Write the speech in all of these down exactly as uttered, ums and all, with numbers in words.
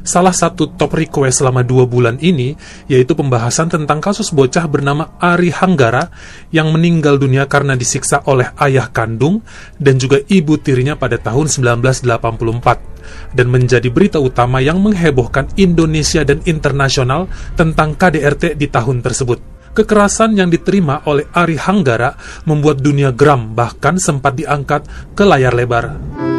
Salah satu top request selama dua bulan ini yaitu pembahasan tentang kasus bocah bernama Ari Hanggara yang meninggal dunia karena disiksa oleh ayah kandung dan juga ibu tirinya pada tahun seribu sembilan ratus delapan puluh empat dan menjadi berita utama yang menghebohkan Indonesia dan internasional tentang K D R T di tahun tersebut. Kekerasan yang diterima oleh Ari Hanggara membuat dunia geram, bahkan sempat diangkat ke layar lebar.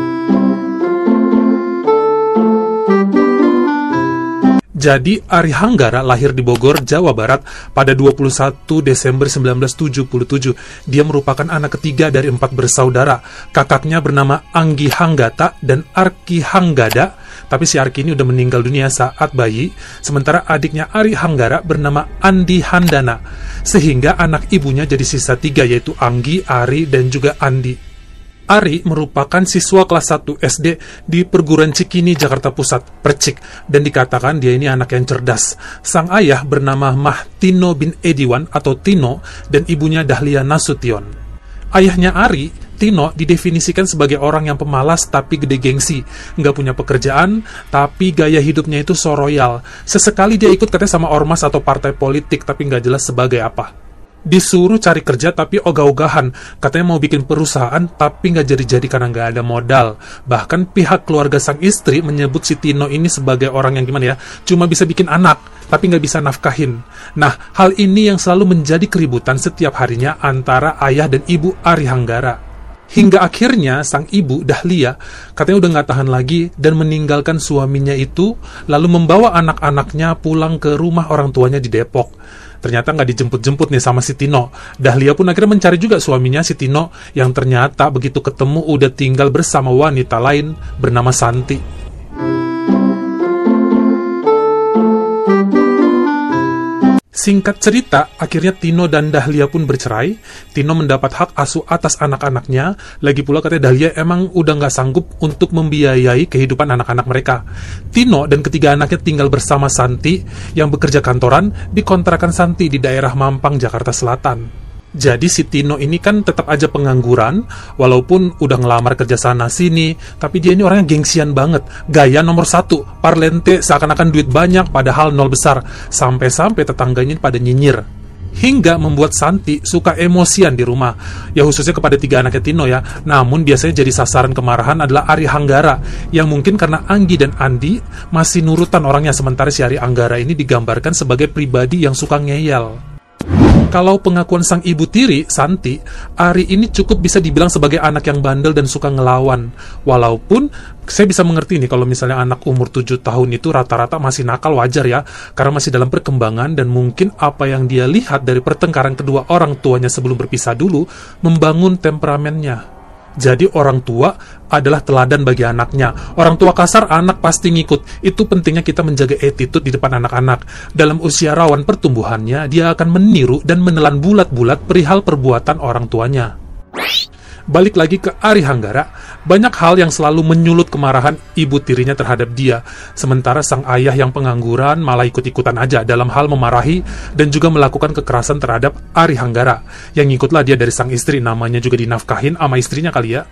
Jadi, Ari Hanggara lahir di Bogor, Jawa Barat pada dua puluh satu Desember seribu sembilan ratus tujuh puluh tujuh. Dia merupakan anak ketiga dari empat bersaudara. Kakaknya bernama Anggi Hanggata dan Arki Hanggada, tapi si Arki ini udah meninggal dunia saat bayi, sementara adiknya Ari Hanggara bernama Andi Handana, sehingga anak ibunya jadi sisa tiga, yaitu Anggi, Ari, dan juga Andi. Ari merupakan siswa kelas satu S D di Perguruan Cikini, Jakarta Pusat, Percik, dan dikatakan dia ini anak yang cerdas. Sang ayah bernama Mah Tino bin Ediwan atau Tino, dan ibunya Dahlia Nasution. Ayahnya Ari, Tino, didefinisikan sebagai orang yang pemalas tapi gede gengsi, nggak punya pekerjaan, tapi gaya hidupnya itu so royal. Sesekali dia ikut katanya sama ormas atau partai politik, tapi nggak jelas sebagai apa. Disuruh cari kerja tapi ogah-ogahan, katanya mau bikin perusahaan tapi nggak jadi-jadi karena nggak ada modal. Bahkan pihak keluarga sang istri menyebut si Tino ini sebagai orang yang gimana ya, cuma bisa bikin anak tapi nggak bisa nafkahin. Nah, hal ini yang selalu menjadi keributan setiap harinya antara ayah dan ibu Ari Hanggara. Hingga akhirnya sang ibu Dahlia katanya udah nggak tahan lagi dan meninggalkan suaminya itu, lalu membawa anak-anaknya pulang ke rumah orang tuanya di Depok. Ternyata nggak dijemput-jemput nih sama si Tino. Dahlia pun akhirnya mencari juga suaminya si Tino, yang ternyata begitu ketemu udah tinggal bersama wanita lain bernama Santi. Singkat cerita, akhirnya Tino dan Dahlia pun bercerai. Tino mendapat hak asuh atas anak-anaknya. Lagi pula katanya Dahlia emang udah nggak sanggup untuk membiayai kehidupan anak-anak mereka. Tino dan ketiga anaknya tinggal bersama Santi yang bekerja kantoran di kontrakan Santi di daerah Mampang, Jakarta Selatan. Jadi si Tino ini kan tetap aja pengangguran, walaupun udah ngelamar kerja sana-sini, tapi dia ini orangnya gengsian banget. Gaya nomor satu, parlente seakan-akan duit banyak, padahal nol besar. Sampai-sampai tetangganya pada nyinyir. Hingga membuat Santi suka emosian di rumah. Ya khususnya kepada tiga anaknya Tino ya. Namun biasanya jadi sasaran kemarahan adalah Ari Hanggara, yang mungkin karena Anggi dan Andi masih nurutan orangnya, sementara si Ari Hanggara ini digambarkan sebagai pribadi yang suka ngeyel. Kalau pengakuan sang ibu tiri, Santi, Ari ini cukup bisa dibilang sebagai anak yang bandel dan suka ngelawan. Walaupun saya bisa mengerti nih kalau misalnya anak umur tujuh tahun itu rata-rata masih nakal, wajar ya, karena masih dalam perkembangan dan mungkin apa yang dia lihat dari pertengkaran kedua orang tuanya sebelum berpisah dulu membangun temperamennya. Jadi orang tua adalah teladan bagi anaknya. Orang tua kasar, anak pasti ngikut. Itu pentingnya kita menjaga attitude di depan anak-anak. Dalam usia rawan pertumbuhannya, dia akan meniru dan menelan bulat-bulat perihal perbuatan orang tuanya. Balik lagi ke Ari Hanggara, banyak hal yang selalu menyulut kemarahan ibu tirinya terhadap dia. Sementara sang ayah yang pengangguran malah ikut-ikutan aja dalam hal memarahi dan juga melakukan kekerasan terhadap Ari Hanggara. Yang ngikutlah dia dari sang istri, namanya juga dinafkahin sama istrinya kali ya.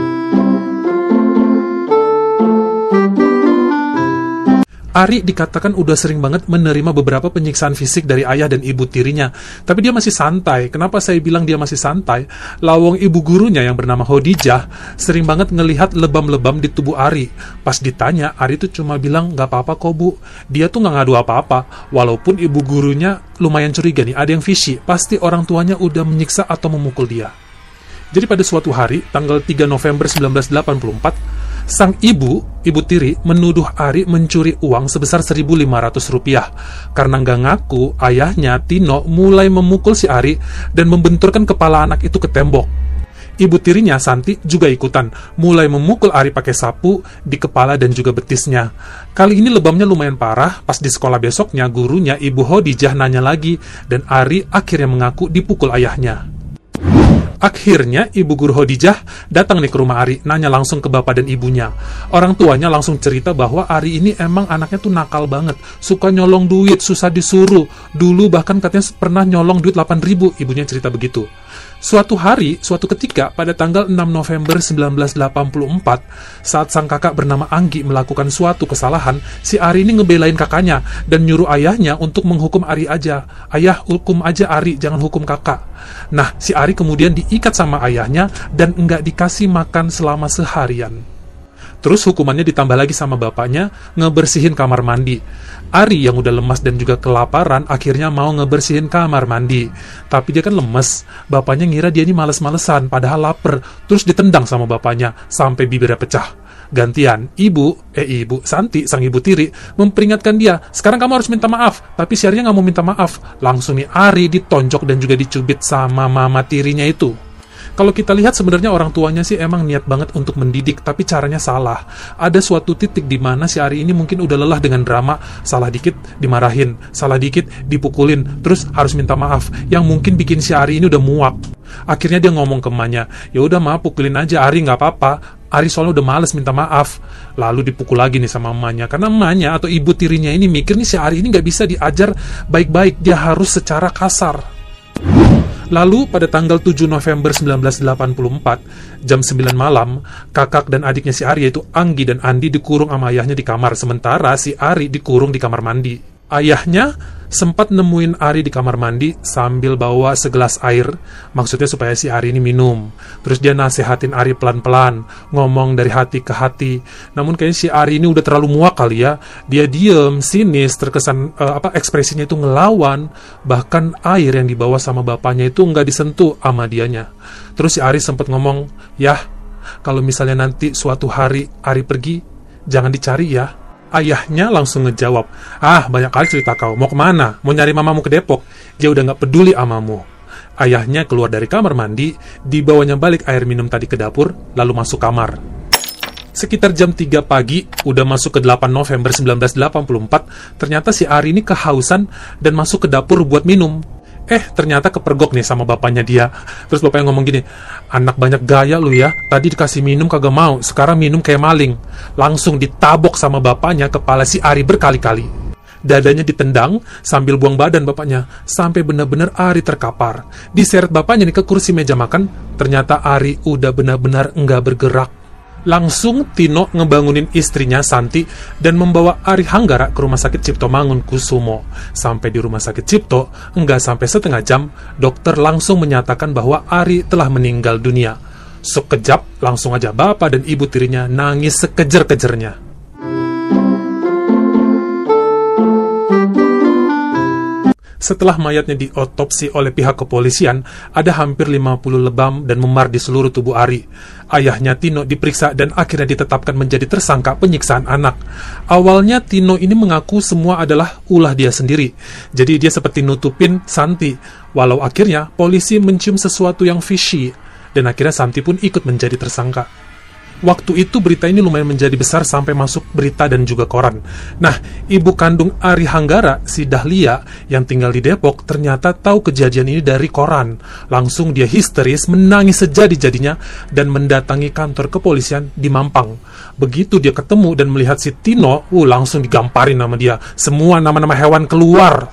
Ari dikatakan udah sering banget menerima beberapa penyiksaan fisik dari ayah dan ibu tirinya. Tapi dia masih santai. Kenapa saya bilang dia masih santai? Lawang ibu gurunya yang bernama Hodijah sering banget ngelihat lebam-lebam di tubuh Ari. Pas ditanya, Ari tuh cuma bilang, "Gak apa-apa kok bu." Dia tuh gak ngadu apa-apa. Walaupun ibu gurunya lumayan curiga nih, ada yang fishy. Pasti orang tuanya udah menyiksa atau memukul dia. Jadi pada suatu hari, tanggal tiga November seribu sembilan ratus delapan puluh empat, sang ibu, ibu tiri, menuduh Ari mencuri uang sebesar seribu lima ratus rupiah. Karena nggak ngaku, ayahnya, Tino, mulai memukul si Ari dan membenturkan kepala anak itu ke tembok. Ibu tirinya, Santi, juga ikutan, mulai memukul Ari pakai sapu di kepala dan juga betisnya. Kali ini lebamnya lumayan parah. Pas di sekolah besoknya, gurunya, Ibu Hodijah, nanya lagi, dan Ari akhirnya mengaku dipukul ayahnya. Akhirnya Ibu Guru Hodijah datang nih ke rumah Ari, nanya langsung ke bapak dan ibunya. Orang tuanya langsung cerita bahwa Ari ini emang anaknya tuh nakal banget, suka nyolong duit, susah disuruh. Dulu bahkan katanya pernah nyolong duit delapan ribu, ibunya cerita begitu. Suatu hari, suatu ketika pada tanggal enam November sembilan belas delapan puluh empat, saat sang kakak bernama Anggi melakukan suatu kesalahan, si Ari ini ngebelain kakaknya dan nyuruh ayahnya untuk menghukum Ari aja. Ayah, hukum aja Ari, jangan hukum kakak. Nah, si Ari kemudian diikat sama ayahnya dan nggak dikasih makan selama seharian. Terus hukumannya ditambah lagi sama bapaknya, ngebersihin kamar mandi. Ari yang udah lemas dan juga kelaparan akhirnya mau ngebersihin kamar mandi. Tapi dia kan lemes, bapaknya ngira dia ini males-malesan padahal lapar. Terus ditendang sama bapaknya sampai bibirnya pecah. Gantian, ibu, eh ibu, Santi, sang ibu tiri, memperingatkan dia, sekarang kamu harus minta maaf. Tapi si Ari nggak mau minta maaf. Langsung nih Ari ditonjok dan juga dicubit sama mama tirinya itu. Kalau kita lihat sebenarnya orang tuanya sih emang niat banget untuk mendidik, tapi caranya salah. Ada suatu titik di mana si Ari ini mungkin udah lelah dengan drama, salah dikit dimarahin, salah dikit dipukulin, terus harus minta maaf, yang mungkin bikin si Ari ini udah muak. Akhirnya dia ngomong ke emaknya, ya udah maaf pukulin aja Ari, nggak apa-apa. Ari soalnya udah males minta maaf. Lalu dipukul lagi nih sama emaknya, karena emaknya atau ibu tirinya ini mikir nih si Ari ini nggak bisa diajar baik-baik, dia harus secara kasar. Lalu pada tanggal tujuh November sembilan belas delapan puluh empat, jam sembilan malam, kakak dan adiknya si Ari yaitu Anggi dan Andi dikurung sama ayahnya di kamar, sementara si Ari dikurung di kamar mandi. Ayahnya sempat nemuin Ari di kamar mandi sambil bawa segelas air, maksudnya supaya si Ari ini minum. Terus dia nasehatin Ari pelan-pelan, ngomong dari hati ke hati. Namun kayaknya si Ari ini udah terlalu muak kali ya. Dia diem, sinis, terkesan uh, apa ekspresinya itu ngelawan. Bahkan air yang dibawa sama bapaknya itu nggak disentuh sama dianya. Terus si Ari sempat ngomong, "Yah, kalau misalnya nanti suatu hari Ari pergi, jangan dicari ya." Ayahnya langsung ngejawab, "Ah, banyak kali cerita kau, mau kemana? Mau nyari mamamu ke Depok? Dia udah gak peduli amamu." Ayahnya keluar dari kamar mandi, dibawanya balik air minum tadi ke dapur, lalu masuk kamar. Sekitar jam tiga pagi, udah masuk ke delapan November sembilan belas delapan puluh empat, ternyata si Ari ini kehausan dan masuk ke dapur buat minum. Eh, ternyata kepergok nih sama bapaknya dia. Terus bapaknya ngomong gini, "Anak banyak gaya lu ya, tadi dikasih minum kagak mau, sekarang minum kayak maling." Langsung ditabok sama bapaknya kepala si Ari berkali-kali. Dadanya ditendang sambil buang badan bapaknya, sampai benar-benar Ari terkapar. Diseret bapaknya nih ke kursi meja makan, ternyata Ari udah benar-benar enggak bergerak. Langsung Tino ngebangunin istrinya Santi dan membawa Ari Hanggara ke rumah sakit Cipto Mangunkusumo. Sampai di rumah sakit Cipto, enggak sampai setengah jam, dokter langsung menyatakan bahwa Ari telah meninggal dunia. Sekejap, langsung aja bapak dan ibu tirinya nangis sekejer-kejernya. Setelah mayatnya diotopsi oleh pihak kepolisian, ada hampir lima puluh lebam dan memar di seluruh tubuh Ari. Ayahnya Tino diperiksa dan akhirnya ditetapkan menjadi tersangka penyiksaan anak. Awalnya Tino ini mengaku semua adalah ulah dia sendiri. Jadi dia seperti nutupin Santi. Walau akhirnya polisi mencium sesuatu yang fishy dan akhirnya Santi pun ikut menjadi tersangka. Waktu itu berita ini lumayan menjadi besar sampai masuk berita dan juga koran. Nah, ibu kandung Ari Hanggara, si Dahlia, yang tinggal di Depok, ternyata tahu kejadian ini dari koran. Langsung dia histeris, menangis sejadi-jadinya, dan mendatangi kantor kepolisian di Mampang. Begitu dia ketemu dan melihat si Tino, uh, langsung digamparin nama dia. Semua nama-nama hewan keluar.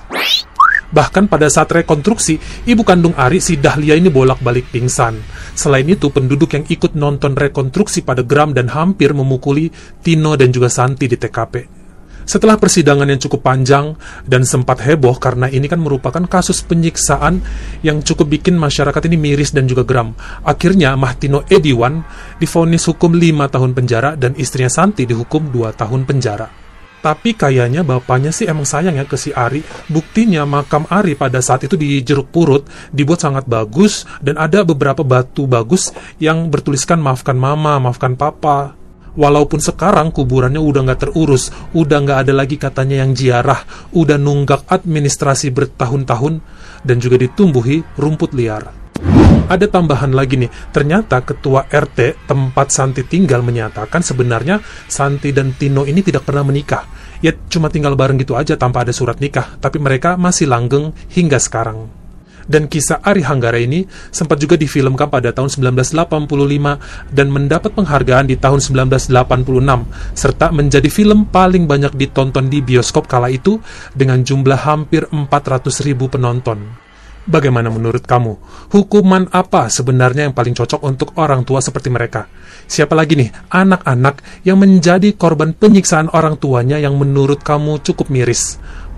Bahkan pada saat rekonstruksi, ibu kandung Ari, si Dahlia ini bolak-balik pingsan. Selain itu, penduduk yang ikut nonton rekonstruksi pada geram dan hampir memukuli Tino dan juga Santi di T K P. Setelah persidangan yang cukup panjang dan sempat heboh karena ini kan merupakan kasus penyiksaan yang cukup bikin masyarakat ini miris dan juga geram. Akhirnya Mahtino Ediwan divonis hukum lima tahun penjara dan istrinya Santi dihukum dua tahun penjara. Tapi kayaknya bapaknya sih emang sayang ya ke si Ari. Buktinya makam Ari pada saat itu di Jeruk Purut dibuat sangat bagus dan ada beberapa batu bagus yang bertuliskan maafkan mama, maafkan papa. Walaupun sekarang kuburannya udah nggak terurus, udah nggak ada lagi katanya yang ziarah, udah nunggak administrasi bertahun-tahun dan juga ditumbuhi rumput liar. Ada tambahan lagi nih, ternyata ketua R T tempat Santi tinggal menyatakan sebenarnya Santi dan Tino ini tidak pernah menikah. Ya cuma tinggal bareng gitu aja tanpa ada surat nikah, tapi mereka masih langgeng hingga sekarang. Dan kisah Ari Hanggara ini sempat juga difilmkan pada tahun sembilan belas delapan puluh lima dan mendapat penghargaan di tahun sembilan belas delapan puluh enam, serta menjadi film paling banyak ditonton di bioskop kala itu dengan jumlah hampir empat ratus ribu penonton. Bagaimana menurut kamu? Hukuman apa sebenarnya yang paling cocok untuk orang tua seperti mereka? Siapa lagi nih anak-anak yang menjadi korban penyiksaan orang tuanya yang menurut kamu cukup miris?